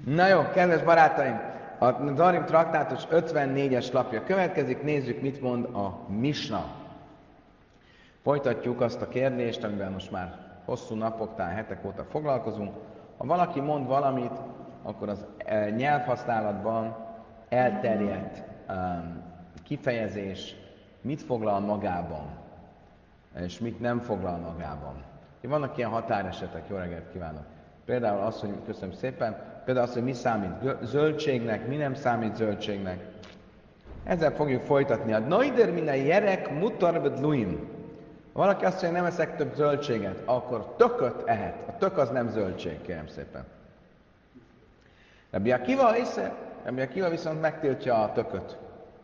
Na jó, kedves barátaim! A Darim traktátus 54-es lapja következik, nézzük, mit mond a Misna. Folytatjuk azt a kérdést, amivel most már hosszú napok, talán hetek óta foglalkozunk. Ha valaki mond valamit, akkor az nyelvhasználatban elterjedt kifejezés mit foglal magában, és mit nem foglal magában. Vannak ilyen határesetek, jó reggelt kívánok! Például az, hogy köszönöm szépen, például az, hogy mi számít zöldségnek, mi nem számít zöldségnek. Ezzel fogjuk folytatni. A noider minden jerek mutar bedluim. Ha valaki azt mondja, hogy nem eszek több zöldséget, akkor tököt ehet. A tök az nem zöldség, kérem szépen. Rabbi Akiva viszont megtiltja a tököt.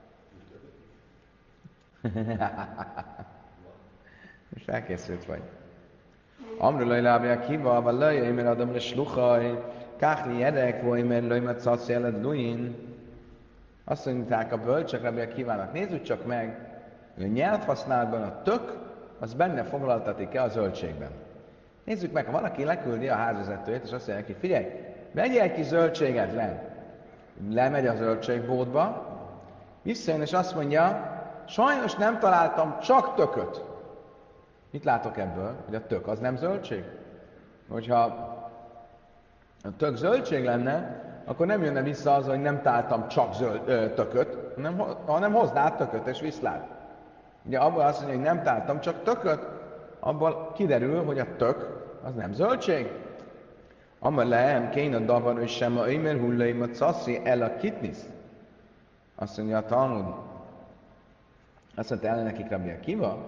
Most elkészült vagy. Amrulaj Rabbi Akiva, vagy lajjai, mert adom le sluchaj, káhli jerek, vagy mert lajmet szasz jeled luin. Azt mondják a bölcsek Rabbi Akivának, nézzük csak meg, hogy a nyelvhasználatban a tök, az benne foglaltatik-e a zöldségben. Nézzük meg, ha valaki leküldi a házvezetőjét, és azt mondja neki, figyelj, vegyél egy kis zöldséget le. Lemegy a zöldségbódba, visszajön és azt mondja, sajnos nem találtam csak tököt. Mit látok ebből? Hogy a tök az nem zöldség? Hogyha a tök zöldség lenne, akkor nem jönne vissza az, hogy nem találtam csak tököt, hanem hoznád tököt és viszlád. Ugye abból azt mondja, hogy nem találtam csak tököt, abból kiderül, hogy a tök az nem zöldség. Amar lehem kéne davar, és sem a ömer hullaim a szaszi el a kitnisz. Azt mondja a Talmud. Azt mondta el nekik Rabbi Akiva.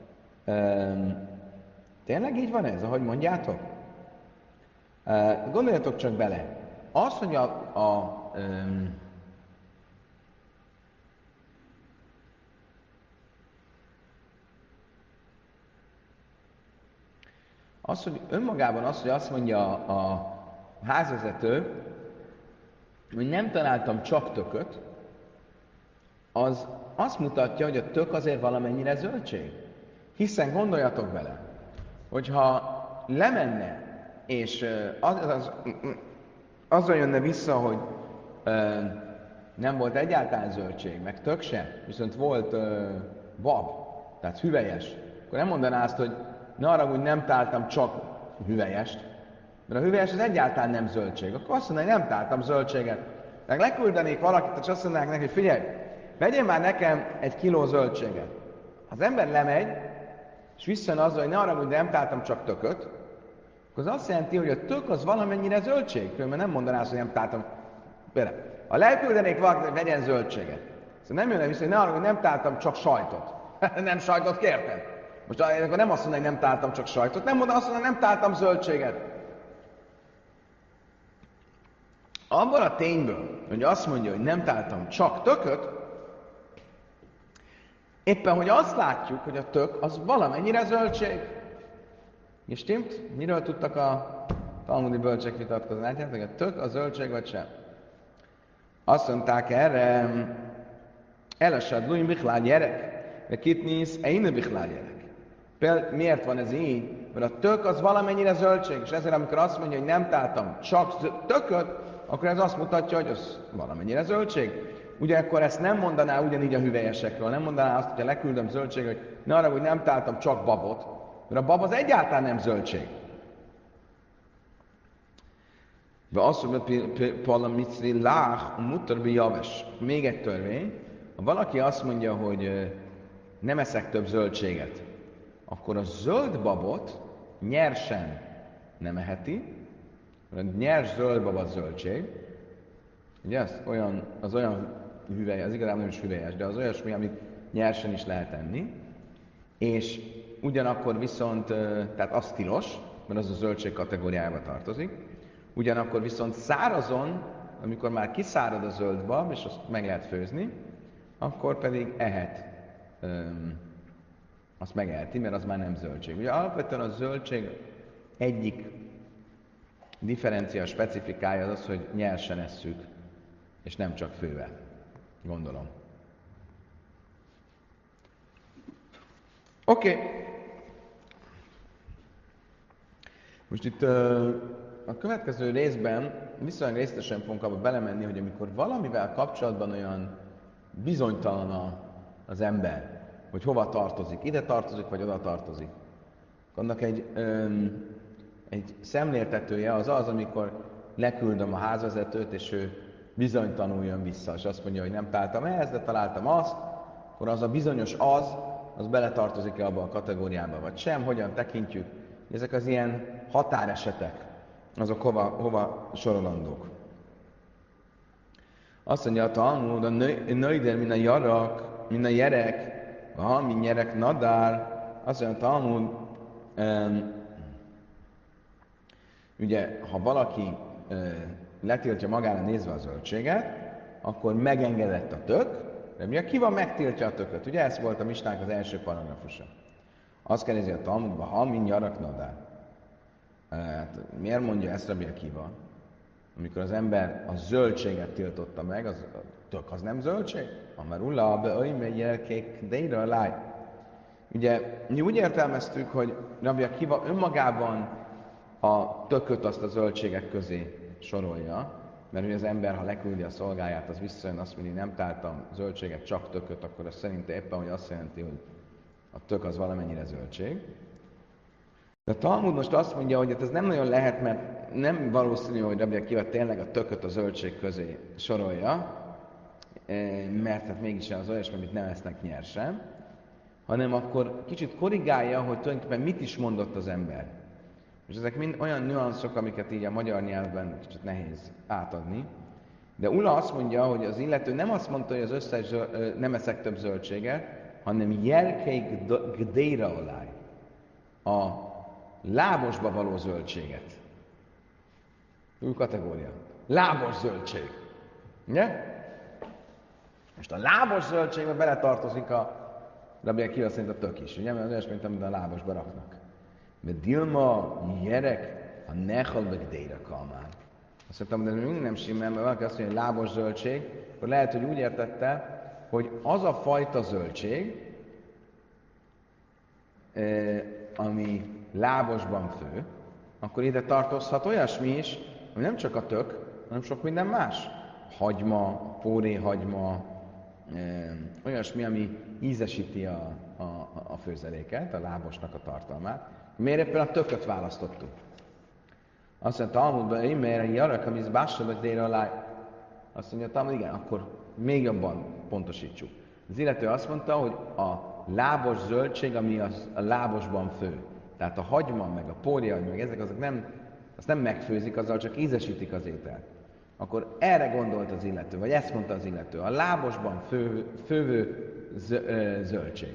Tényleg így van ez, ahogy mondjátok? Gondoljatok csak bele. Az, hogy az, hogy önmagában az, hogy azt mondja a házvezető, hogy nem találtam csak tököt, az azt mutatja, hogy a tök azért valamennyire zöldség. Hiszen gondoljatok bele, hogyha lemenne, és azzal jönne vissza, hogy nem volt egyáltalán zöldség, meg tök se, viszont volt bab, tehát hüvelyes, akkor nem mondaná azt, hogy ne arra, hogy nem találtam csak hüvelyest, mert a hüvelyes az egyáltalán nem zöldség. Akkor azt mondaná, hogy nem találtam zöldséget. Meg leküldenék valakit, és azt mondanák neki, hogy figyelj, vegyél már nekem 1 kiló zöldséget. Ha az ember lemegy, és visszajön azzal, hogy ne arra, hogy nem találtam csak tököt, akkor az azt jelenti, hogy a tök az valamennyire zöldség. Különben nem mondaná azt, hogy nem találtam. Például, ha leküldenék valakit, hogy vegyen zöldséget, szóval nem jönne vissza, hogy ne arra, hogy nem találtam csak sajtot. Nem sajtot kértem. Most akkor nem azt mondja, hogy nem találtam csak sajtot, nem mondom azt mondja, hogy nem találtam zöldséget. Abban a tényből, hogy azt mondja, hogy nem találtam csak tököt, éppen, hogy azt látjuk, hogy a tök az valamennyire zöldség. És stimmt? Miről tudtak a talmudi bölcsek vitatkozni? Látjátok, a tök a zöldség vagy sem? Azt mondták erre, elesad luin bichlál gyerek, de kitnisz, eine bichlál gyerek. Például miért van ez így? Mert a tök az valamennyire zöldség, és ezért amikor azt mondja, hogy nem találtam csak tököt, akkor ez azt mutatja, hogy az valamennyire zöldség. Ugye akkor ezt nem mondaná ugyanígy a hüvelyesekről, nem mondaná azt, hogyha leküldöm zöldséget, hogy ne arra, hogy nem találtam csak babot, mert a bab az egyáltalán nem zöldség. De azt mondja, palamitri lách, mutarbi javes. Még egy törvény. Ha valaki azt mondja, hogy nem eszek több zöldséget, akkor a zöld babot nyersen nem eheti, mert a nyers zöld bab az zöldség. Ugye az olyan hüvely, az igazából nem is hüvelyes, de az olyasmi, amit nyersen is lehet enni, és ugyanakkor viszont, tehát az tilos, mert az a zöldség kategóriájába tartozik, ugyanakkor viszont szárazon, amikor már kiszárad a zöld bab, és azt meg lehet főzni, akkor pedig ehet, azt megeheti, mert az már nem zöldség. Ugye alapvetően a zöldség egyik differencia, specifikája az, hogy nyersen esszük, és nem csak fővel. Gondolom. Oké. Most itt a következő részben viszonylag részletesen fogunk abba belemenni, hogy amikor valamivel kapcsolatban olyan bizonytalan az ember, hogy hova tartozik, ide tartozik, vagy oda tartozik, annak egy szemléltetője az, amikor leküldöm a házvezetőt, és ő bizonytalanul jön vissza, és azt mondja, hogy nem találtam ezt, de találtam azt, akkor az a bizonyos az beletartozik-e abba a kategóriába, vagy sem, hogyan tekintjük. Ezek az ilyen határesetek, azok hova sorolandók. Azt mondja a Talmud, a nőider, mint a jarak, mint a jerek, mint nyerek nadár, azt mondja a Talmud, ugye, ha valaki letiltja magára nézve a zöldséget, akkor megengedett a tök, de mi a kiva megtiltja a tököt? Ugye ez volt a misnánk az első paragrafusa. Azt kérdezi a Talmudba, ha min nyarak nadár. Hát, miért mondja ezt Rabbi Akiva? Amikor az ember a zöldséget tiltotta meg, a tök az nem zöldség? Amarullah, beöjme jelkék, deira láj. Ugye, mi úgy értelmeztük, hogy Rabbi Akiva önmagában a tököt azt a zöldségek közé sorolja, mert hogy az ember, ha leküldi a szolgáját, az visszajön, azt mondja, nem találtam zöldséget, csak tököt, akkor az szerinte éppen, hogy azt jelenti, hogy a tök az valamennyire zöldség. De a Talmud most azt mondja, hogy ez nem nagyon lehet, mert nem valószínű, hogy Rabbi Akiva tényleg a tököt a zöldség közé sorolja, mert hát mégis az olyasmi, amit nem esznek nyersen, hanem akkor kicsit korrigálja, hogy tulajdonképpen mit is mondott az ember. És ezek mind olyan nüanszok, amiket így a magyar nyelvben kicsit nehéz átadni. De Ula azt mondja, hogy az illető nem azt mondta, hogy az összes nem eszek több zöldséget, hanem jelkeik gdéra oláj. A lábosba való zöldséget. Új kategória. Lábos zöldség. Ugye? Most a lábos zöldségbe beletartozik a Rabbi Akiva szerint a tök is. Ugye? Mert az olyasmi, mint amit a lábosba raknak. Mert Dilma jerek a nechalbek déra kalmán. Azt mondtam, de még nem simmel, mert valaki azt mondja, hogy lábos zöldség, akkor lehet, hogy úgy értette, hogy az a fajta zöldség, ami lábosban fő, akkor ide tartozhat olyasmi is, ami nem csak a tök, hanem sok minden más. Hagyma, póréhagyma, olyasmi, ami ízesíti a főzeléket, a lábosnak a tartalmát. Miért éppen a tököt választottuk? Azt mondja, Talmudban, én mert jarak, ami bássabak délre alá. Azt mondja, Talmud, igen, akkor még jobban pontosítsuk. Az illető azt mondta, hogy a lábos zöldség, ami a lábosban fő. Tehát a hagyma, meg a pórjahagy, meg ezek azok nem megfőzik, azzal csak ízesítik az ételt. Akkor erre gondolt az illető, vagy ezt mondta az illető, a lábosban fővő zöldség.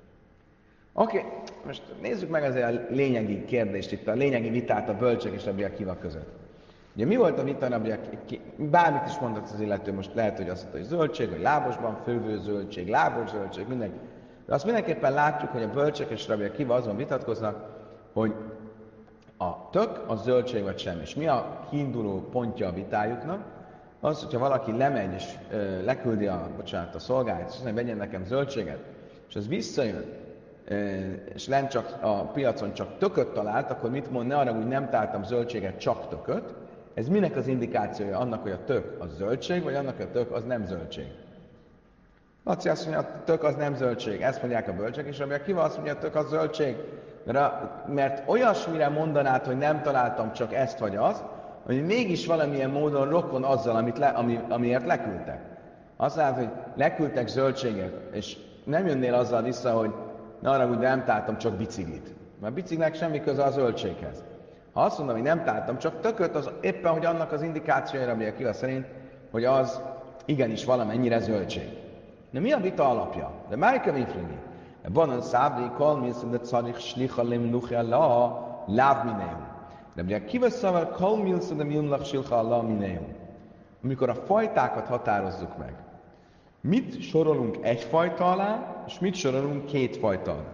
Oké, most nézzük meg azért a lényegi kérdést itt, a lényegi vitát a bölcsek és Rabbi Akiva között. Ugye mi volt a vita Rabbi Akiva? Bármit is mondott az illető, most lehet, hogy azt mondta, hogy zöldség, vagy lábosban fővő zöldség, lábos zöldség, mindenki. De azt mindenképpen látjuk, hogy a bölcsek és Rabbi Akiva azon vitatkoznak, hogy a tök a zöldség vagy sem. És mi a kiinduló pontja a vitájuknak? Az, hogyha valaki lemegy és leküldi a szolgáját, és azt mondja, vegyen nekem zöldséget, és az visszajön, és lent csak a piacon csak tököt talált, akkor mit mond? Ne arra, hogy nem találtam zöldséget, csak tököt. Ez minek az indikációja? Annak, hogy a tök az zöldség, vagy annak, hogy a tök az nem zöldség? Laci azt mondja, a tök az nem zöldség. Ezt mondják a bölcsek, és Rabbi Akiva azt mondja, a tök az zöldség. Mert olyasmire mondanád, hogy nem találtam csak ezt vagy azt, hogy mégis valamilyen módon rokon azzal, amiért leküldtek. Azt mondod, hogy leküldtek zöldséget, és nem jönnél azzal vissza, hogy ne arra, hogy nem találtam csak biciklit. Mert a biciklinek semmi köze a zöldséghez. Ha azt mondom, hogy nem találtam csak tököt, az éppen, hogy annak az indikációja Rabbi Akiva szerint, hogy az igenis valamennyire zöldség. De mi a vita alapja? De Márika Mifrigi. Banan szábri kalmilsz, de carik slicha lemluche la láv mineum. De ugye kiveszavar kalmilsz, de milumlach silcha la mineum. Amikor a fajtákat határozzuk meg, mit sorolunk egy fajta alá, és mit sorolunk két fajta alá.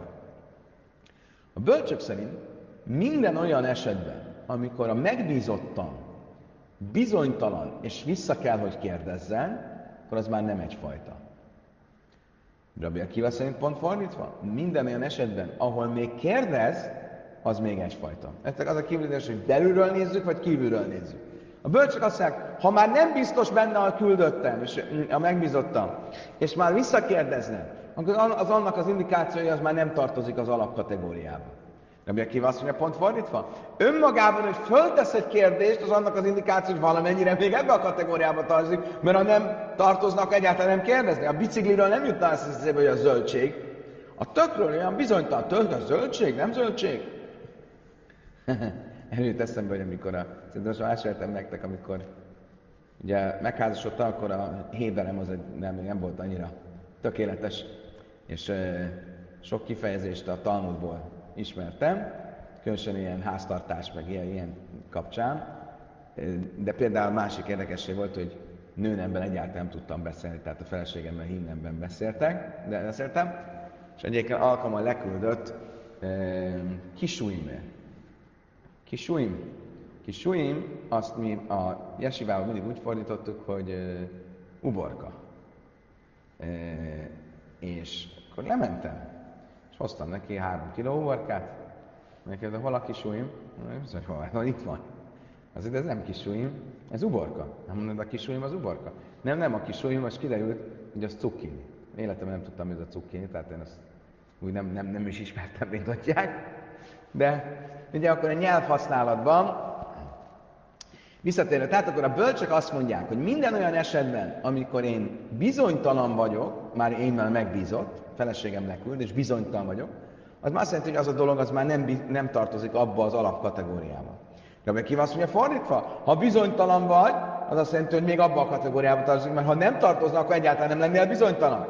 A bölcsök szerint minden olyan esetben, amikor a megbízottan bizonytalan és vissza kell, hogy kérdezzen, akkor az már nem egyfajta. Rabbi Akiva szerint pont fordítva, minden olyan esetben, ahol még kérdez, az még egyfajta. Ez az a kívülidés, hogy belülről nézzük, vagy kívülről nézzük. A bölcsök azt mondják, ha már nem biztos benne a küldöttem, és a megbízottam, és már visszakérdeznem, akkor az annak az indikációja az már nem tartozik az alapkategóriába. Rabbi Akiva azt mondja, pont fordítva. Önmagában, hogy föltesz egy kérdést, az annak az indikáció, hogy valamennyire még ebbe a kategóriába tartozik, mert ha nem tartoznak, egyáltalán nem kérdezni. A bicikliről nem jutna azt hiszem, hogy a zöldség. A tökről olyan bizonytalan, tök a zöldség, nem zöldség? Előtt eszembe, hogy szerintem most meséltem nektek, amikor ugye megházasodtam, akkor a héberem az nem volt annyira tökéletes, és sok kifejezést a Talmudból ismertem, különösen ilyen háztartás, meg ilyen kapcsán, de például másik érdekesség volt, hogy nőnemben egyáltalán nem tudtam beszélni, tehát a feleségemmel hímnemben beszéltem, és egyébként alkalommal leküldött Kisuimért. Kisuim, azt mi a jesivával mindig úgy fordítottuk, hogy uborka. És akkor lementem, és hoztam neki 3 kiló uborkát. Neki, de hol a Kisuim? Mondom, hogy hol? Itt van. Azért ez nem Kisuim, ez uborka. Nem mondod, a Kisuim az uborka? Nem, a Kisuim, most kiderült, hogy az cukkini. Életemben nem tudtam, hogy ez a cukkini, tehát én azt úgy nem is ismertem, mint adják. De ugye akkor a nyelvhasználatban visszatérve, tehát akkor a bölcsök azt mondják, hogy minden olyan esetben, amikor én bizonytalan vagyok, már én már megbízott, feleségem leküld, és bizonytalan vagyok, az már azt jelenti, hogy az a dolog az már nem tartozik abba az alapkategóriába. De ki azt mondja fordítva, ha bizonytalan vagy, az azt jelenti, hogy még abba a kategóriába tartozik, mert ha nem tartozna, akkor egyáltalán nem lennél bizonytalan.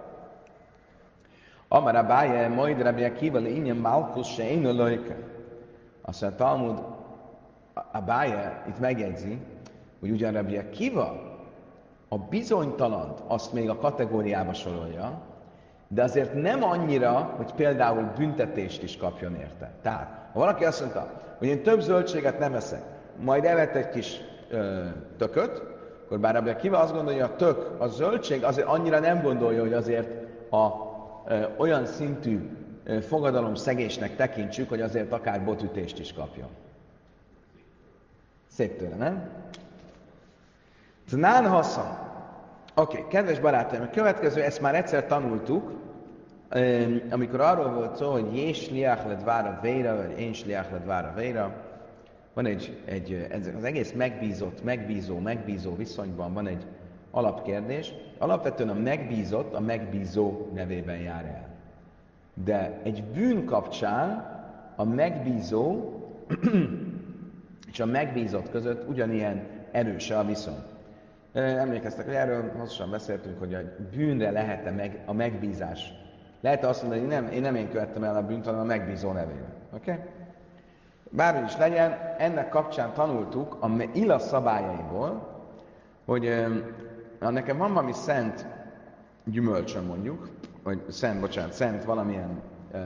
Amara báje, majd Rabbi Akiva ingyen Malkusz se én ölöjke. Azt mondja, Talmud, a báje itt megjegyzi, hogy ugyan Rabbi Akiva a bizonytalant azt még a kategóriába sorolja, de azért nem annyira, hogy például büntetést is kapjon érte. Tehát, ha valaki azt mondta, hogy én több zöldséget nem eszek, majd evett egy kis tököt, akkor bár Rabbi Akiva azt gondolja, hogy a tök, a zöldség, azért annyira nem gondolja, hogy azért olyan szintű fogadalom szegésnek tekintsük, hogy azért akár botütést is kapjon. Szép tőle, nem? Znán haszon. Oké, kedves barátaim, a következő, ezt már egyszer tanultuk, amikor arról volt szó, hogy jés liach ledvára véra, vagy én liach ledvára véra. Van az egész megbízó viszonyban van egy alapkérdés. Alapvetően a megbízott a megbízó nevében jár el. De egy bűn kapcsán a megbízó és a megbízott között ugyanilyen erős a viszony. Emlékeztek, hogy erről hosszasan beszéltünk, hogy a bűnre lehet-e a megbízás. Lehet-e azt mondani, hogy én követtem el a bűnt, hanem a megbízó nevében. Oké? Okay? Bárhogy is legyen, ennek kapcsán tanultuk a ila szabályaiból, hogy nekem van valami szent gyümölcsön mondjuk, vagy szent valamilyen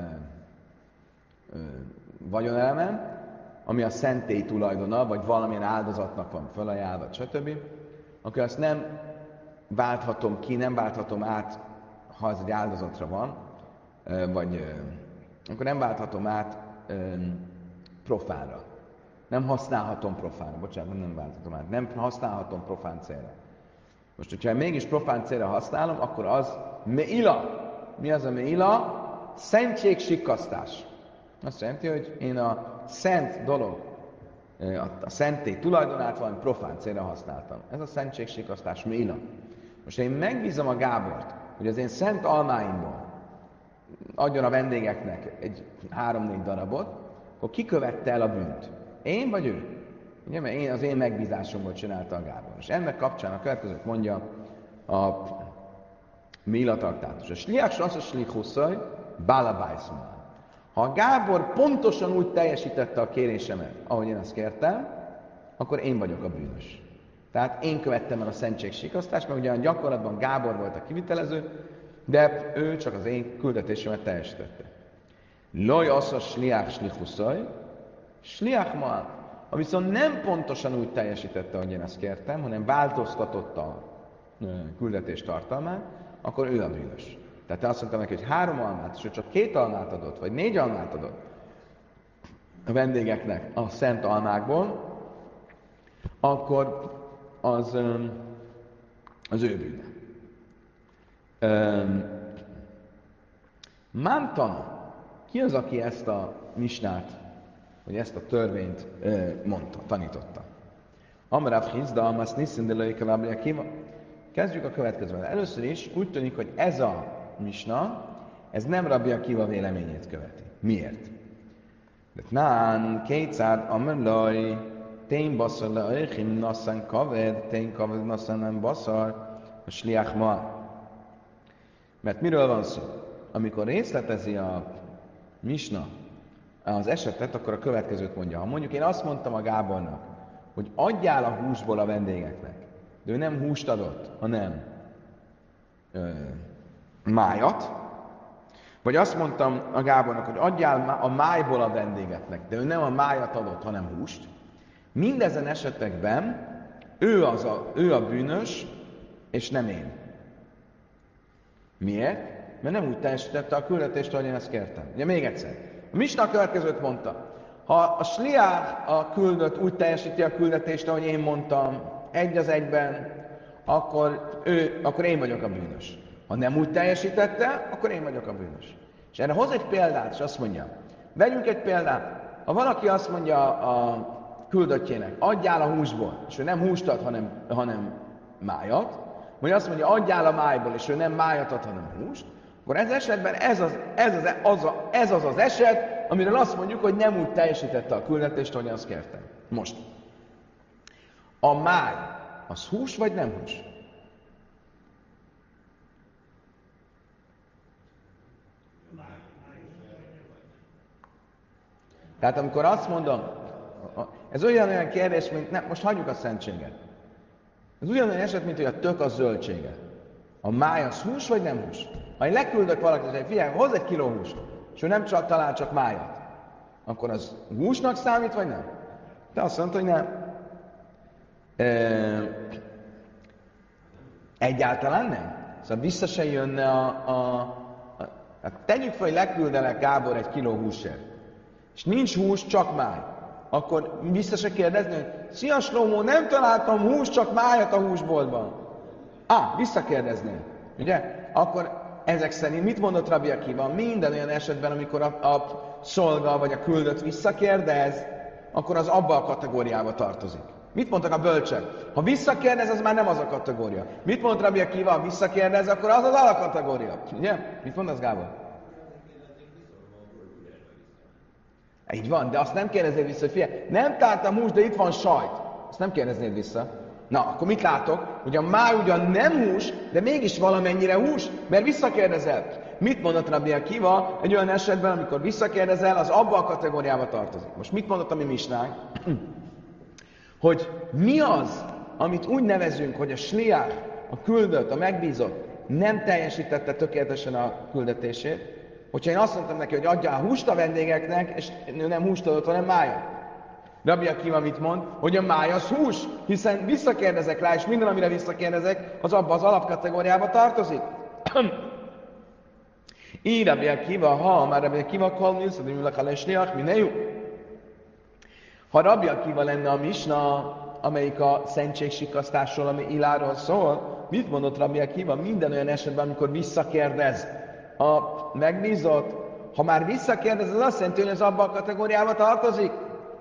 vagyonelem, ami a szentély tulajdona, vagy valamilyen áldozatnak van felajánlva, stb., akkor azt nem válthatom ki, nem válthatom át, ha az egy áldozatra van, akkor nem válthatom át profánra. Nem használhatom profánra. Nem válthatom át. Nem használhatom profán célra. Most, hogyha mégis profán célra használom, akkor az meila. Mi az a meila? Szentségsikkasztás. Azt jelenti, hogy én a szent dolog, a szentély tulajdonát valami profán célra használtam. Ez a szentségsikkasztás meila. Most én megbízom a Gábort, hogy az én szent almáimból adjon a vendégeknek egy 3-4 darabot, akkor ki követte el a bűnt? Én vagy ő? Ugye, mert az én megbízásomból csinálta a Gábor. És ennek kapcsán a következőt mondja a Mila traktátus. A sliach az a slichusszaj, bálabájszumán. Ha a Gábor pontosan úgy teljesítette a kérésemet, ahogy én azt kértem, akkor én vagyok a bűnös. Tehát én követtem el a szentségsikasztást, mert ugyan gyakorlatban Gábor volt a kivitelező, de ő csak az én küldetésemet teljesítette. Loj az a sliach slichusszaj, sliach ma, ha viszont nem pontosan úgy teljesítette, ahogy én azt kértem, hanem változtatott a küldetés tartalmát, akkor ő a bűnös. Tehát te azt mondtam neki, hogy 3 almát, és ő csak 2 almát adott, vagy 4 almát adott, a vendégeknek a szent almákból, akkor az ő bűne. Mántana, ki az, aki ezt a misnát, vagy ezt a törvényt tanította? Amrav Hizda, Amas Nissin de Löjke Rabbi Akiva. Kezdjük a következővel. Először is úgy tűnik, hogy ez a misna, ez nem Rabbi Akiva véleményét követi. Miért? De nán, kétszád, amelaj, tén baszar le öjchim nasszán kaved, tén kaved nasszán nem baszar, a sliach ma. Mert miről van szó? Amikor részletezi a misna az esetet, akkor a következőt mondja. Ha mondjuk én azt mondtam a Gábornak, hogy adjál a húsból a vendégeknek, de ő nem húst adott, hanem májat, vagy azt mondtam a Gábornak, hogy adjál a májból a vendégeknek, de ő nem a májat adott, hanem húst, mindezen esetekben ő a bűnös, és nem én. Miért? Mert nem úgy teljesítette a küldetést, ahogy én ezt kértem. Ugye még egyszer. A misna a következőt mondta. Ha a sliach a küldött úgy teljesíti a küldetést, ahogy én mondtam, egy az egyben, akkor én vagyok a bűnös. Ha nem úgy teljesítette, akkor én vagyok a bűnös. És erre hoz egy példát, és azt mondja, vegyünk egy példát. Ha valaki azt mondja a küldöttjének, adjál a húsból, és ő nem húst ad, hanem májat, vagy azt mondja, adjál a májból, és ő nem májat ad, hanem húst, akkor ez esetben ez az eset, amiről azt mondjuk, hogy nem úgy teljesítette a küldetést, ahogy azt kértem. Most. A máj, az hús vagy nem hús? Tehát amikor azt mondom, ez olyan kérdés, mint, nem, most hagyjuk a szentséget. Ez ugyanolyan eset, mint hogy a tök az zöldsége. A máj az hús vagy nem hús? Ha én leküldök valakit, hogy figyelj, hozz egy kiló húst, és ő nem talál csak májat, akkor az húsnak számít, vagy nem? Te azt mondtad, hogy nem. Egyáltalán nem. Szóval vissza se jönne hát tegyük fel, hogy leküldelek Gábor egy kiló húsért, és nincs hús, csak máj. Akkor vissza se kérdezni, hogy szia Slomó, nem találtam hús, csak májat a húsboltban. Visszakérdeznél. Ugye? Akkor ezek szerint mit mondott Rabbi Akiva? Minden olyan esetben, amikor a szolga vagy a küldött visszakérdez, akkor az abba a kategóriába tartozik. Mit mondtak a bölcsek? Ha visszakérdez, az már nem az a kategória. Mit mond Rabbi Akiva? Ha visszakérdez, akkor az az alakategória. Ugye? Mit mondasz, Gábor? Így van, de azt nem kérdeznéd vissza, hogy figyelj, nem találtam húst, de itt van sajt. Azt nem kérdeznéd vissza. Na, akkor mit látok? Hogy a máj ugyan nem hús, de mégis valamennyire hús, mert visszakérdezel. Mit mondott Rabbi Akiva egy olyan esetben, amikor visszakérdezel, az abba a kategóriába tartozik. Most mit mondott a mi misnánk? Hogy mi az, amit úgy nevezünk, hogy a sliach, a küldött, a megbízott nem teljesítette tökéletesen a küldetését, hogyha én azt mondtam neki, hogy adjál húst a vendégeknek, és ő nem húst adott, hanem májat. Rabbi Akiva mit mond? Hogy a máj az hús, hiszen visszakérdezek rá, és minden, amire visszakérdezek, az abba az alapkategóriába tartozik. Így Rabbi Akiva, már Rabbi Akiva kalnilsz, hogy ülök a lesliach, minél jó. Ha Rabbi Akiva lenne a misna, amelyik a szentségsikasztásról, ami Iláról szól, mit mondott Rabbi Akiva minden olyan esetben, amikor visszakérdez a megbízott? Ha már visszakérdez, az azt jelenti, hogy az abba a kategóriába tartozik.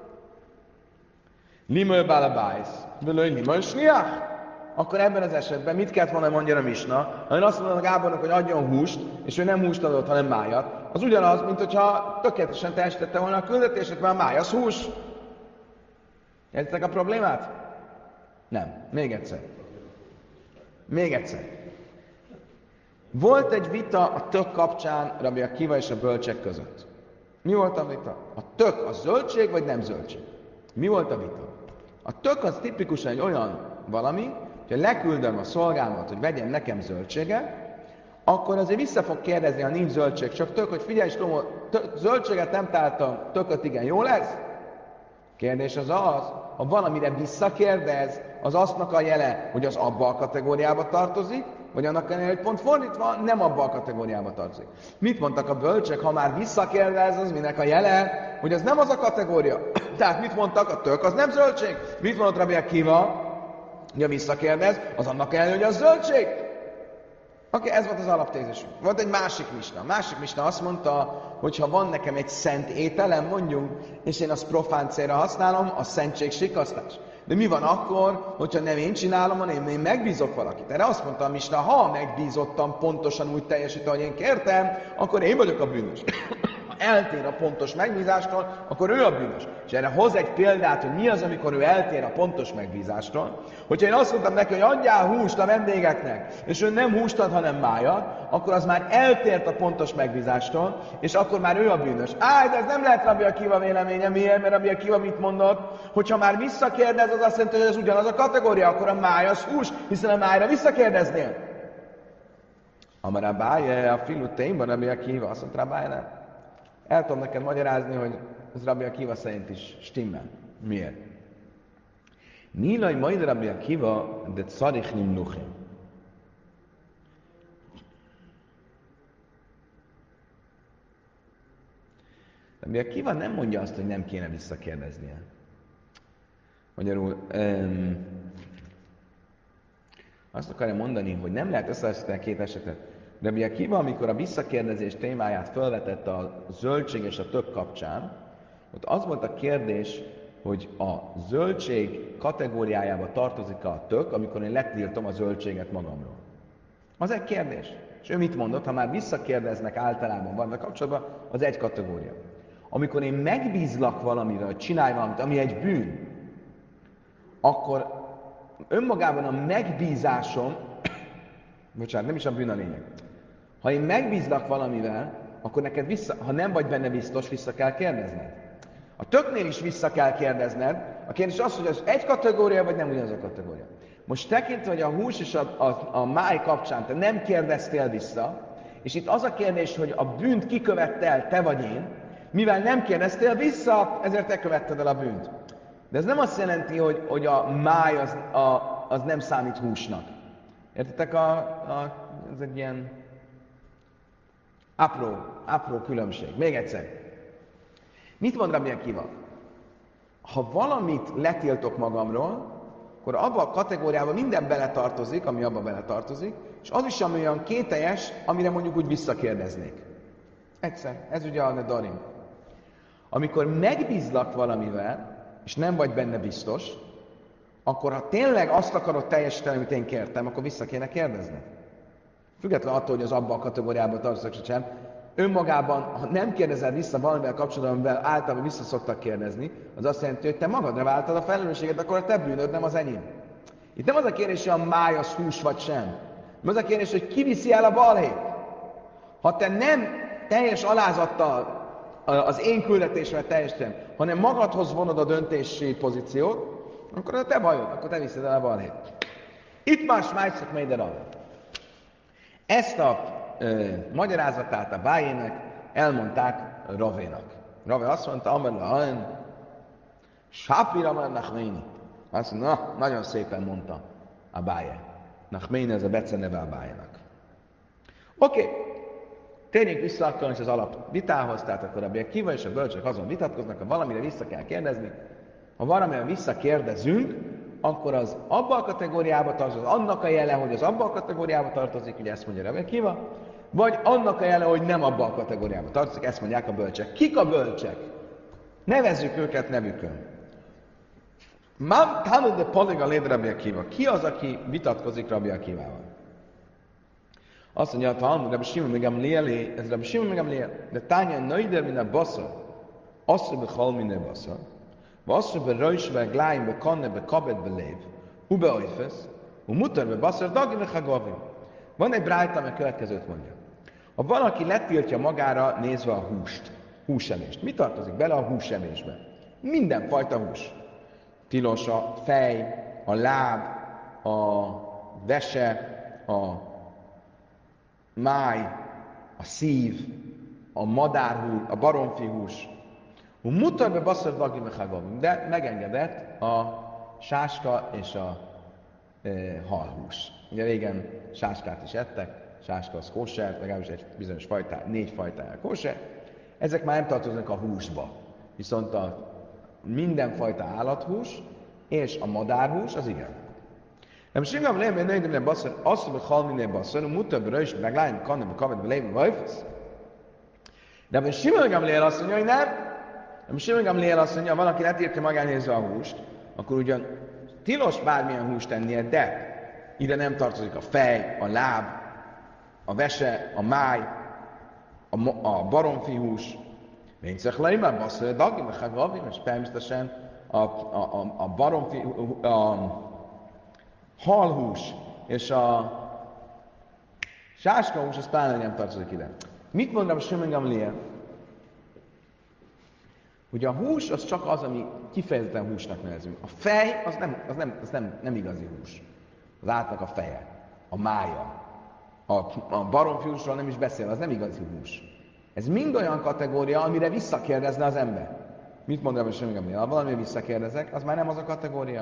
Limöl bálabájsz, völöj limöl sliach. Akkor ebben az esetben mit kellett volna mondja a misna? Ha én azt mondom a Gábornak, hogy adjon húst, és ő nem húst adott, hanem májat, az ugyanaz, mint hogyha tökéletesen teljesítette volna a küldetését, mert a máj az hús. Értitek a problémát? Nem. Még egyszer. Még egyszer. Volt egy vita a tök kapcsán Rabbi Akiva és a bölcsek között. Mi volt a vita? A tök az zöldség, vagy nem zöldség? Mi volt a vita? A tök az tipikusan egy olyan valami, hogyha leküldöm a szolgámat, hogy vegyen nekem zöldséget, akkor azért vissza fog kérdezni, ha nincs zöldség, csak tök, hogy figyelj, Slomó, zöldséget nem találtam, tököt igen, jó lesz? Kérdés az, ha valamire visszakérdez, az aztnak a jele, hogy az abba a kategóriába tartozik, vagy annak ellenére, hogy pont fordítva nem abba a kategóriába tartozik. Mit mondtak a bölcsek, ha már visszakérdez, az minek a jele, hogy ez nem az a kategória. Tehát mit mondtak, a tök az nem zöldség. Mit mondott Rabbi Akiva, hogy a visszakérdez, az annak ellenére, hogy az zöldség. Oké, ez volt az alaptézisünk. Volt egy másik misna. A másik misna azt mondta, hogy ha van nekem egy szent ételem, mondjuk, és én azt profán célra használom, az szentség sikasztás. De mi van akkor, hogyha nem én csinálom, hanem én megbízok valakit? Erre azt mondta a misna, ha megbízottam pontosan úgy teljesít, ahogy én kértem, akkor én vagyok a bűnös. Ha eltér a pontos megbízástól, akkor ő a bűnös. És erre hoz egy példát, hogy mi az, amikor ő eltér a pontos megbízástól. Hogyha én azt mondtam neki, hogy adjál húst a vendégeknek, és ő nem húst ad, hanem májat, akkor az már eltért a pontos megbízástól, és akkor már ő a bűnös. De ez nem lehet Rabbi Akiva véleménye. Miért? Mert Rabbi Akiva mit mondott? Hogyha már visszakérdez, az azt jelenti, hogy ez ugyanaz a kategória, akkor a máj az hús, hiszen a májra visszakérdeznél. Amar Abaye, a filu témban Rabbi Akiva, azt mondta Abaye, el tudom neked magyarázni, hogy ez Rabbi Akiva szerint is stimmel. Miért? Nilaj majd Rabbi Akiva, de czarich nimnuchim. Rabbi Akiva nem mondja azt, hogy nem kéne visszakérdeznie. Magyarul azt akarja mondani, hogy nem lehet összehasonlítani a két esetet. Rabbi Akiva, amikor a visszakérdezés témáját felvetett a zöldség és a tök kapcsán, ott az volt a kérdés, hogy a zöldség kategóriájába tartozik a tök, amikor én letiltom a zöldséget magamról. Az egy kérdés. És ő mit mondott? Ha már visszakérdeznek általában vannak kapcsolatban, az egy kategória. Amikor én megbízlak valamire, hogy csinálj valamit, ami egy bűn, akkor önmagában a megbízásom, bocsánat, nem is a bűn a lényeg. Ha én megbízlak valamivel, akkor neked ha nem vagy benne biztos, vissza kell kérdezned. A töknél is vissza kell kérdezned. A kérdés az, hogy az egy kategória, vagy nem ugyanaz a kategória. Most tekintve, hogy a hús és a máj kapcsán te nem kérdeztél vissza, és itt az a kérdés, hogy a bűnt kikövette el, te vagy én, mivel nem kérdeztél vissza, ezért te követted el a bűnt. De ez nem azt jelenti, hogy a máj az nem számít húsnak. Értitek? Ez egy ilyen apró különbség. Még egyszer. Mit mond Rabbi Akiva? Ha valamit letiltok magamról, akkor abban a kategóriában minden beletartozik, ami abba beletartozik, és az is, ami olyan kételjes, amire mondjuk úgy visszakérdeznék. Egyszer. Ez ugye a nedarim. Amikor megbízlak valamivel, és nem vagy benne biztos, akkor ha tényleg azt akarod teljesíteni, amit én kértem, akkor vissza kéne kérdezni. Függetlenül attól, hogy az abban a kategóriában tartozik sem, önmagában, ha nem kérdezel vissza valamivel kapcsolatban, amivel általában vissza szoktak kérdezni, az azt jelenti, hogy te magadra váltad a felelősséget, akkor a te bűnöd, nem az enyém. Itt nem az a kérdés, hogy a máj az hús vagy sem. Nem az a kérdés, hogy ki viszi el a balhét. Ha te nem teljes alázattal az én küldetésemet teljesítem, hanem magadhoz vonod a döntési pozíciót, akkor a te bajod, akkor te viszed el a balhét. Itt más májszok meider. Ezt a magyarázatát a Bájének elmondták Ravénak. Ravé azt mondta, Amerla, Sápira már Nachméni. Azt mondta, nagyon szépen mondta a Bájé. Nachméni, ez a beceneve a Bájénak. Oké. Térjünk vissza akkor is az alapvitához, tehát akkor a Akiva és a bölcsök azon vitatkoznak, ha valamire vissza kell kérdezni. Ha valamire visszakérdezünk, akkor az abba a kategóriába tartozik, annak a jele, hogy az abba a kategóriába tartozik, ugye ezt mondja Rabbi Akiva, vagy annak a jele, hogy nem abba a kategóriába tartozik, ezt mondják a bölcsek. Kik a bölcsek? Nevezzük őket nevükön. Mam Talmud de Poliga léd Rabbi Akiva. Ki az, aki vitatkozik Rabbi Akivával? Azt mondja a Talmud, Rabbi Shimon ben Gamliel, ez Rabbi Shimon ben Gamliel, de tánya nöjder min a baszar, aszra bechal min a baszar, aszra berajs ve gláim be kanne be kabed be lév, ube ajfesz, mutar be baszar dagi ve hagavim. Van egy brájta, amely következőt mondja. Ha valaki letiltja magára nézve a húsevést, mi tartozik bele a húsevésbe? Mindenfajta hús. Tilos a fej, a láb, a vese, a máj, a szív, a madárhús, a baromfihús. Mutar be baszar dagi ve hagavim. De megengedett a sáska és a halhús. Ugye régen sáskát is ettek, sáska az kóser, legalábbis egy bizonyos fajta, 4 fajtája kóser. Ezek már nem tartoznak a húsba. Viszont a mindenfajta állathús és a madárhús az igen. Nem simán lévén nőjtőmnél basszor, azt, hogy hal minél basszor, mutabbra is meglájn, kannem, kamet, lévén vajfasz. De nem simán Gamliel azt mondja, hogy nem simán Gamliel azt mondja, ha valaki letiltja magánézve a húst, akkor ugyan tilos bármilyen húst ennie, de ide nem tartozik a fej, a láb, a vese, a máj, a baromfi hús. Vényszek leimán basszor, dagim, a hagavim, és természetesen a baromfi, a halhús és a sáskahús, az pláne nem tartozik ide. Mit mondom a Shimon Gamliel? Hogy a hús az csak az, ami kifejezetten húsnak nevezünk. A fej az nem igazi hús. Az átnak a feje, a mája. A baromfi húsról nem is beszél, az nem igazi hús. Ez mind olyan kategória, amire visszakérdezne az ember. Mit mondom a Shimon Gamliel? Ha valamire visszakérdezek, az már nem az a kategória.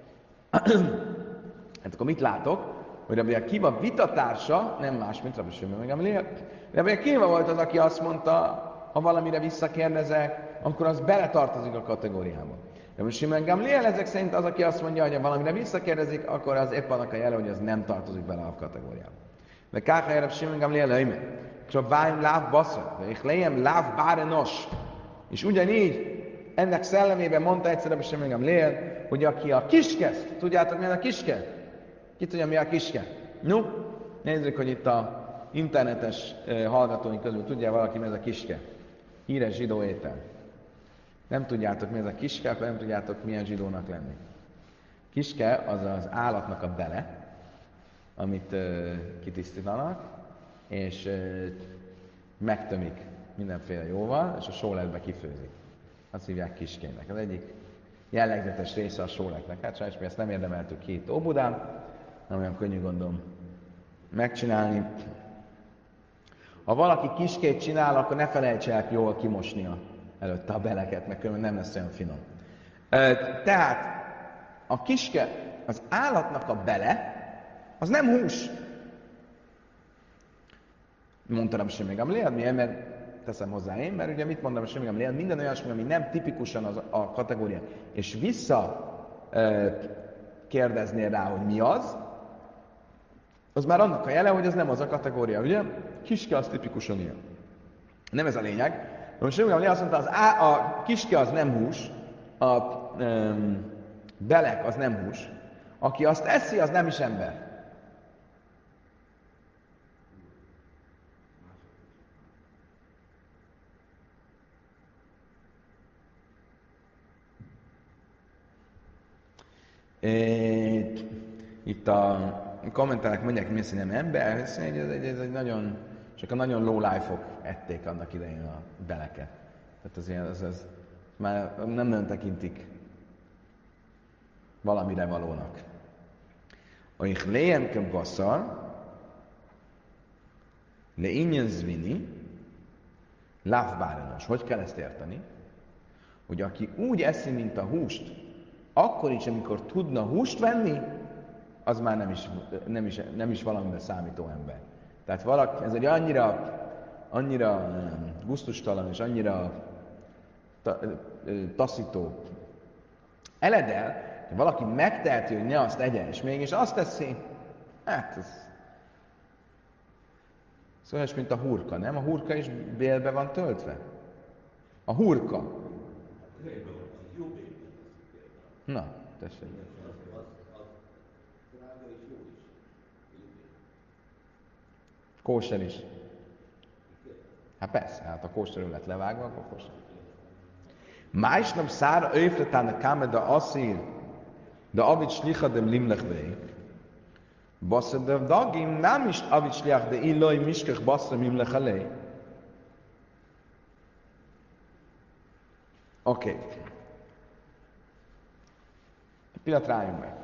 Hát akkor mit látok? Hogy Rabbi Akiva vitatársa nem más, mint Rabbi Shimon Gamliel. Rabbi Akiva volt az, aki azt mondta, ha valamire visszakérdezek, akkor az beletartozik a kategóriába. Rabbi Shimon Gamliel ezek szerint az, aki azt mondja, hogy ha valamire visszakérdezik, akkor az épp annak a jele, hogy az nem tartozik bele a kategóriába. De káha Rabbi Shimon Gamliel leime. Csak vájm láv basszor, de ich lejem láv bárenos. És ugyanígy ennek szellemében mondta egyszer Rabbi Shimon Gamliel, hogy aki a kiske, tudjátok mi a kiske? Ki tudja, mi a kiske? No, nézzük, hogy itt a internetes hallgatóink közül tudja valaki, mi ez a kiske. Híres zsidó étel. Nem tudjátok, mi ez a kiske, akkor nem tudjátok, milyen zsidónak lenni. Kiske az az állatnak a bele, amit kitisztítanak, és megtömik mindenféle jóval, és a sóletbe kifőzik. Azt hívják kiskének. Az egyik jellegzetes része a sóletnek. Hát sajnos mi ezt nem érdemeltük ki itt Óbudán, nem olyan könnyű gondom megcsinálni. Ha valaki kiskét csinál, akkor ne felejts el jól kimosnia előtte a beleket, mert különben nem lesz olyan finom. Tehát a kiske, az állatnak a bele, az nem hús. Mondtam Rabbi Shimon Gamliel, miért? Mert teszem hozzá én, mert ugye mit mondom Rabbi Shimon Gamliel, minden olyasmi, ami nem tipikusan az a kategória, és vissza kérdeznél rá, hogy mi az már annak a jele, hogy ez nem az a kategória, ugye? Kiske az tipikusan ilyen. Nem ez a lényeg. Most Shimon azt mondta, a kiske az nem hús, a belek az nem hús, aki azt eszi, az nem is ember. Itt a kommentelek mondják, hogy mi nem ember, ez egy nagyon, csak a nagyon low life-ok ették annak idején a beleket. Tehát az már nem nagyon tekintik valamire valónak. Oich léjemke basszar, le ingyen zvini, lávbárenos. Hogy kell ezt érteni? Hogy aki úgy eszi, mint a húst, akkor is, amikor tudna húst venni, az már nem is valamire számító ember. Tehát valaki, ez egy annyira gusztustalan és annyira taszító eledel, hogy valaki megteheti, hogy ne azt egyen, és mégis azt teszi, hát ez olyan, mint a hurka, nem? A hurka is bélbe van töltve. A hurka. Na, tessék. Kóser is. Hát persze, hát a kóserről lett levágva, akkor kóser. Májsnap szára öjfletán a kámeda asszír, de avid slicha dem limlechvei. Bassza de dagim nem is avid sliach, de illai miskech bassza mimlechalei. Oké. Pillanat rájunk meg.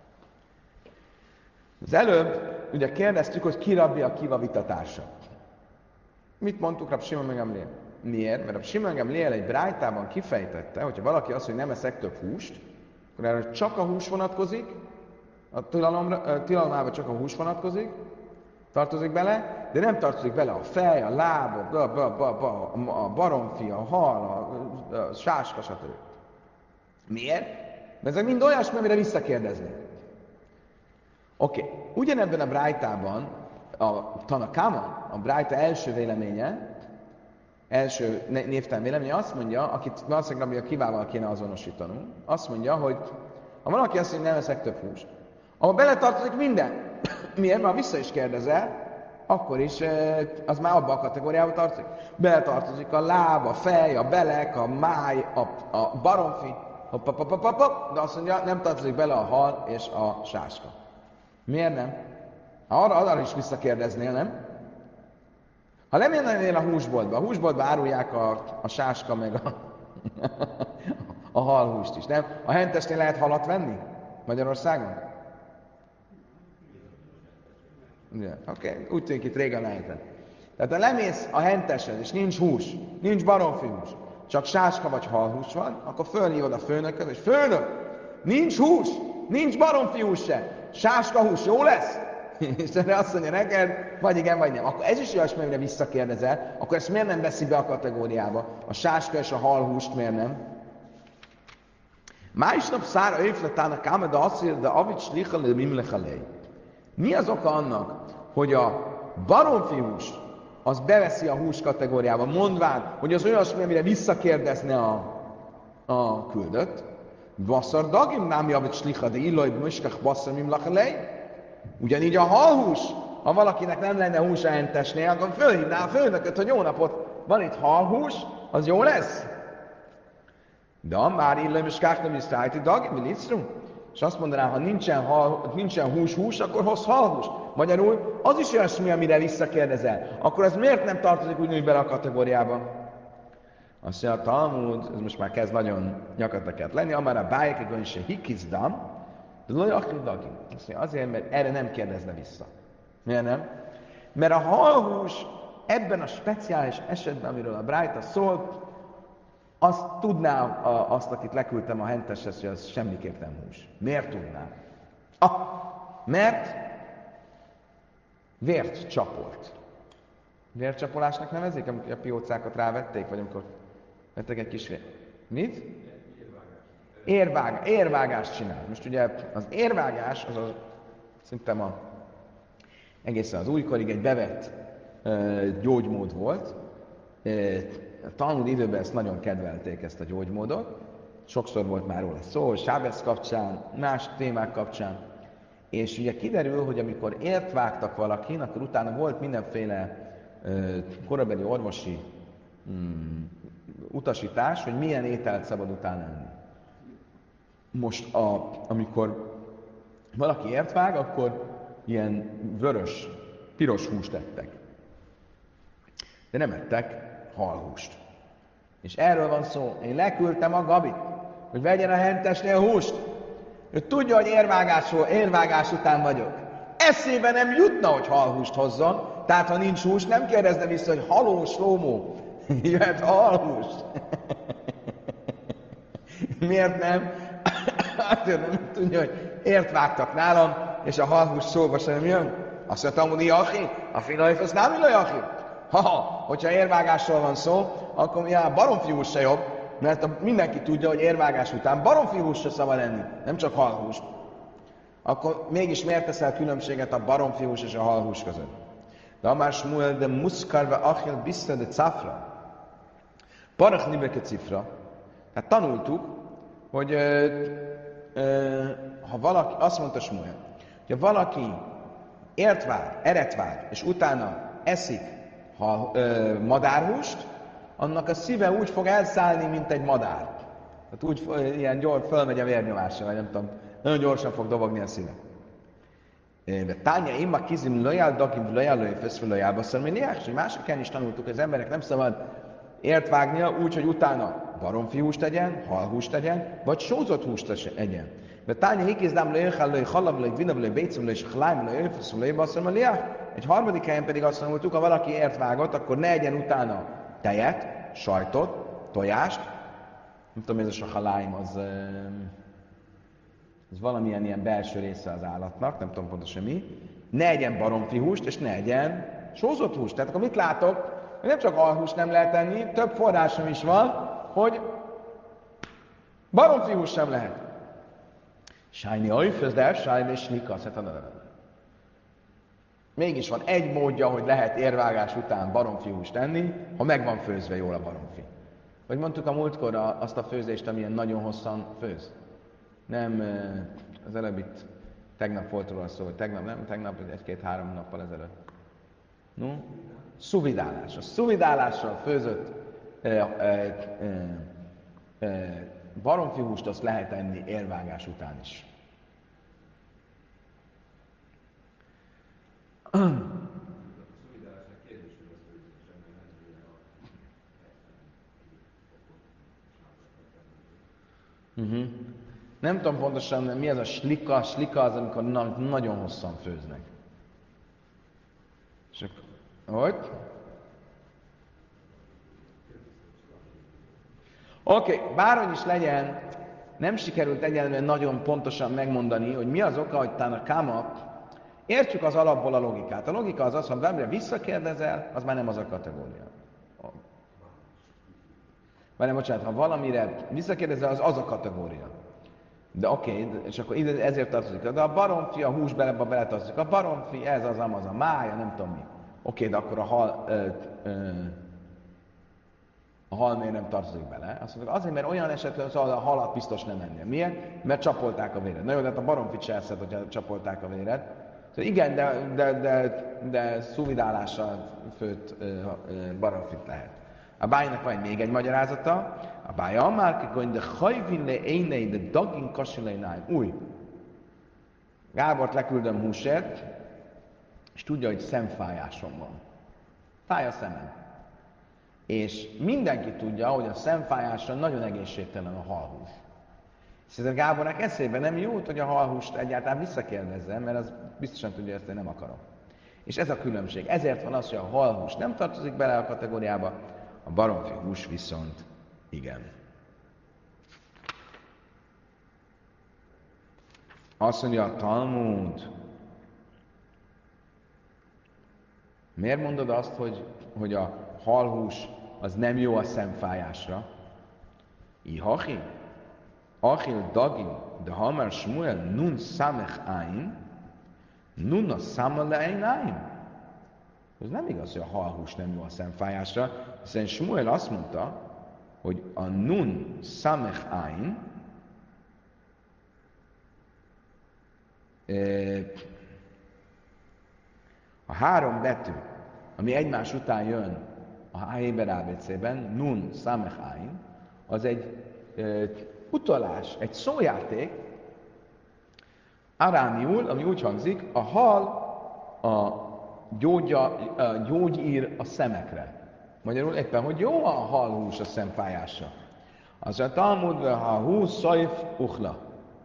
Az előbb ugye kérdeztük, hogy ki Rabbi Akiva vitatársa. Mit mondtuk Rabbi Shimon Gamliel? Miért? Mert Rabbi Shimon Gamliel egy brájtában kifejtette, hogyha valaki azt, hogy nem eszek több húst, akkor erre csak a hús vonatkozik, A tilalomában csak a hús vonatkozik, tartozik bele, de nem tartozik bele a fej, a láb, a baromfi, a hal, a sáska, stb. Miért? Mert ezek mind olyasmi, amire visszakérdezni. Oké. Ugyanebben a brájtában a Tanakama, a brájta első véleménye, első névtelen véleménye azt mondja, akit valószínűleg Rabbi Akivával kéne azonosítanunk, azt mondja, hogy ha valaki azt mondja, hogy nem eszek több húst, ahol beletartozik minden, miért? Már vissza is kérdezel, akkor is az már abban a kategóriába tartozik. Beletartozik a láb, a fej, a belek, a máj, a baromfi, de azt mondja, nem tartozik bele a hal és a sáska. Miért nem? Arra is visszakérdeznél, nem? Ha nem jönnél a húsboltba árulják a sáska meg a halhúst is, nem? A hentesnél lehet halat venni? Magyarországon? Yeah, oké, úgy tűnik itt régen lehetett. Tehát ha lemész a henteshez, és nincs hús, nincs baromfi hús, csak sáska vagy halhús van, akkor fölhívod a főnököt, és főnök, nincs hús, nincs baromfi hús se, sáska hús, jó lesz? És erre azt mondja neked, vagy igen, vagy nem. Akkor ez is olyasmi, amire visszakérdezel, akkor ezt miért nem veszi be a kategóriába? A sáska és a halhúst miért nem? Másnap szára öfletának ám, de azt mondja, de avics lichale, mimlechalej. Mi az oka annak, hogy a baromfi hús az beveszi a hús kategóriába, mondván, hogy az olyasmi, amire visszakérdezne a küldött. Basszar dagim nem javít slicha, de illaj möskach basszar mimlechalej. Ugyanígy a halhús, ha valakinek nem lenne hús a hentesnél, akkor fölhívná a főnököt, hogy jó napot, van itt halhús, az jó lesz? De már illem és káknem is rájti dagim, mi licrum? És azt mondaná, ha nincsen hús, akkor hozz halhús. Magyarul az is olyasmi, amire visszakérdezel. Akkor ez miért nem tartozik ugyanúgy bele a kategóriába? Azt mondja, a Talmud, ez most már kezd nagyon nyakateket lenni, amára bájek, se hikizdam, de lojachim dagim. Azt mondja, azért, mert erre nem kérdezne vissza. Miért nem? Mert a halhús ebben a speciális esetben, amiről a Brájta szólt, azt tudná azt, akit leküldtem a henteshez, hogy az semmiképp nem hús. Miért tudná? Mert vért csapolt. Vércsapolásnak nevezik, amikor a piócákat rávették, vagy amikor vettek egy kis Mit? Érvágást csinál. Most ugye az érvágás, az szerintem egészen az újkorig egy bevett gyógymód volt. A Talmud időben ezt nagyon kedvelték, ezt a gyógymódot. Sokszor volt már róla szó, Sábesz kapcsán, más témák kapcsán. És ugye kiderül, hogy amikor ért vágtak valakin, akkor utána volt mindenféle korabeli orvosi utasítás, hogy milyen ételt szabad utána enni. Most, amikor valaki ért vág, akkor ilyen vörös, piros húst ettek. De nem ettek halhúst. És erről van szó. Én leküldtem a Gabit, hogy vegyen a hentesnél húst. Ő tudja, hogy érvágás után vagyok. Eszébe nem jutna, hogy halhúst hozzon. Tehát, ha nincs hús, nem kérdezne vissza, hogy haló, slómó, jöhet halhúst. Miért nem? Azért nem tudja, hogy ért vágtak nálam, és a halhús szóba sem jön. Azt mondtam, hogy Iachi, a finajf, az nem Iachi. Hogyha érvágásról van szó, akkor baromfi hús se jobb, mert mindenki tudja, hogy érvágás után baromfi hús se szabad enni, nem csak halhúst. Akkor mégis miért teszel különbséget a baromfi hús és a halhús között? De amár Smuel de muszkarve achil bissza de cafra. Parach nibeke cifra. Tehát tanultuk, hogy ha valaki, azt mondta Smuel, hogy valaki eret vág, és utána eszik madárhúst, annak a szíve úgy fog elszállni, mint egy madár. Tehát úgy ilyen gyors, fölmegy a vérnyomása, vagy nem tudom, nagyon gyorsan fog dobogni a szíve. De tánya imma kizim lojál, dagim lojál, lojfesz, lojál, basszor, és hogy másikán is tanultuk, hogy az emberek nem szabad ért vágnia úgy, hogy utána baromfi húst tegyen, halhúst tegyen, vagy sózott húst tegyen. De tánya hikizdám lojjel, loj halab, loj vinab, loj bécem, loj shlaim, loj lojfesz, loj basszor, egy harmadik helyen pedig azt mondtuk, ha valaki ért vágott, akkor ne egyen utána tejet, sajtot, tojást, nem tudom, ez a sahaláim, az ez valamilyen ilyen belső része az állatnak, nem tudom pontosan mi, ne egyen baromfi húst, és ne egyen sózott húst. Tehát akkor mit látok? Hogy nem csak alhúst nem lehet enni, több forrásom is van, hogy baromfi húst sem lehet. Sájni ajföz, de sájni és nikasz. Mégis van egy módja, hogy lehet érvágás után baromfi húst enni, ha meg van főzve jól a baromfi. Vagy mondtuk a múltkor azt a főzést, amilyen nagyon hosszan főz. Nem, az előbb itt tegnap volt róla szó, tegnap, vagy egy-két-három nappal ezelőtt. No? Szuvidálás. A szuvidálással főzött baromfi húst azt lehet enni érvágás után is. Nem tudom pontosan, mi az a slika. Slika az, amikor nagyon hosszan főznek. És akkor, hogy? Oké, bárhogy is legyen, nem sikerült egyelőre nagyon pontosan megmondani, hogy mi az oka, hogy Tanakáma, értsük az alapból a logikát. A logika az az, ha valamire visszakérdezel, az már nem az a kategória. Bocsánat, ha valamire visszakérdezel, az az a kategória. De oké, és akkor ezért tartozik. De a baromfi, a hús beletartozik. A baromfi, ez az a mája, nem tudom mi. Oké, de akkor a hal miért nem tartozik bele? Azt mondjuk, azért, mert olyan esetben a halat biztos nem ennél. Miért? Mert csapolták a véred. Na jó, de hát a baromfit se eszed, hogyha csapolták a véred. Szóval igen, de szuvidálással főtt baromfit lehet. A bájnak van még egy magyarázata. A bája amár, hogy de hajvin le énei, de dagin kasilejnáj. Új. Gábort leküldöm húsért, és tudja, hogy szemfájásom van. Fáj a szemem. És mindenki tudja, hogy a szemfájásra nagyon egészségtelen a halhús. Szerintem Gábornak eszébe nem jut, hogy a halhúst egyáltalán visszakérdezze, mert az biztosan tudja, hogy ezt én nem akarom. És ez a különbség. Ezért van az, hogy a halhús nem tartozik bele a kategóriába, a baromfi hús viszont igen. Azt mondja a Talmud, miért mondod azt, hogy a halhús az nem jó a szemfájásra? Ihachi? Achil dagim, de hamar Shmuel nun samech ain, nun a samale ain. Ez nem igaz, hogy a halhús nem jó a szemfájásra, hiszen Shmuel azt mondta, hogy a nun samech ain a három betű, ami egymás után jön a Héber ABC-ben, nun samech ain, az egy utalás, egy szójáték, arámiul, ami úgy hangzik, a hal a gyógyír a szemekre. Magyarul éppen, hogy jó a halhús a szemfájásra. Az a Talmud, ha hús szajf uchla.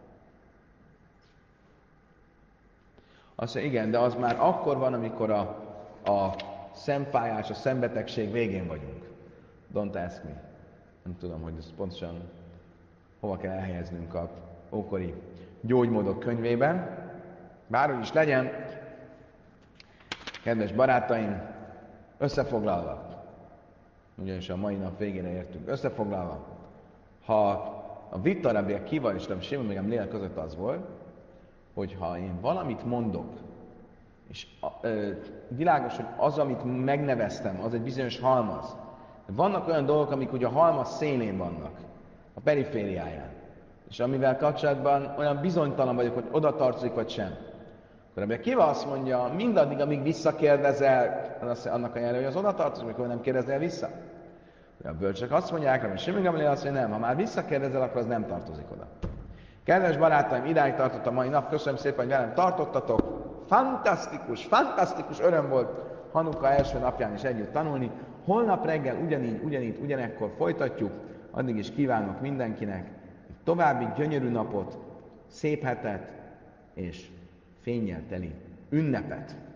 Azt mondja, igen, de az már akkor van, amikor a szemfájás, a szembetegség végén vagyunk. Don't ask me. Nem tudom, hogy ez pontosan hova kell elhelyeznünk a ókori gyógymódok könyvében. Bárhogy is legyen, kedves barátaim, összefoglalva, ugyanis a mai nap végére értünk, összefoglalva, ha a vita Rabbi Akiva és Rabbi Simon még lélek között az volt, hogy ha én valamit mondok, és világos, hogy az, amit megneveztem, az egy bizonyos halmaz. Vannak olyan dolgok, amik ugye a halmaz szélén vannak, a perifériáján, és amivel kapcsolatban olyan bizonytalan vagyok, hogy oda tartozik vagy sem. Akkor Rabbi Akiva azt mondja, mindaddig, amíg visszakérdezel, annak a jelő, hogy az oda tartozik, amikor nem kérdeznél vissza. A bölcsek azt mondják, Rabbi Simon azt mondja, nem, ha már visszakérdezel, akkor az nem tartozik oda. Kedves barátaim, idáig tartott a mai nap, köszönöm szépen, hogy velem tartottatok. Fantasztikus öröm volt Hanuka első napján is együtt tanulni. Holnap reggel ugyanekkor folytatjuk. Addig is kívánok mindenkinek egy további gyönyörű napot, szép hetet és fénnyel teli ünnepet.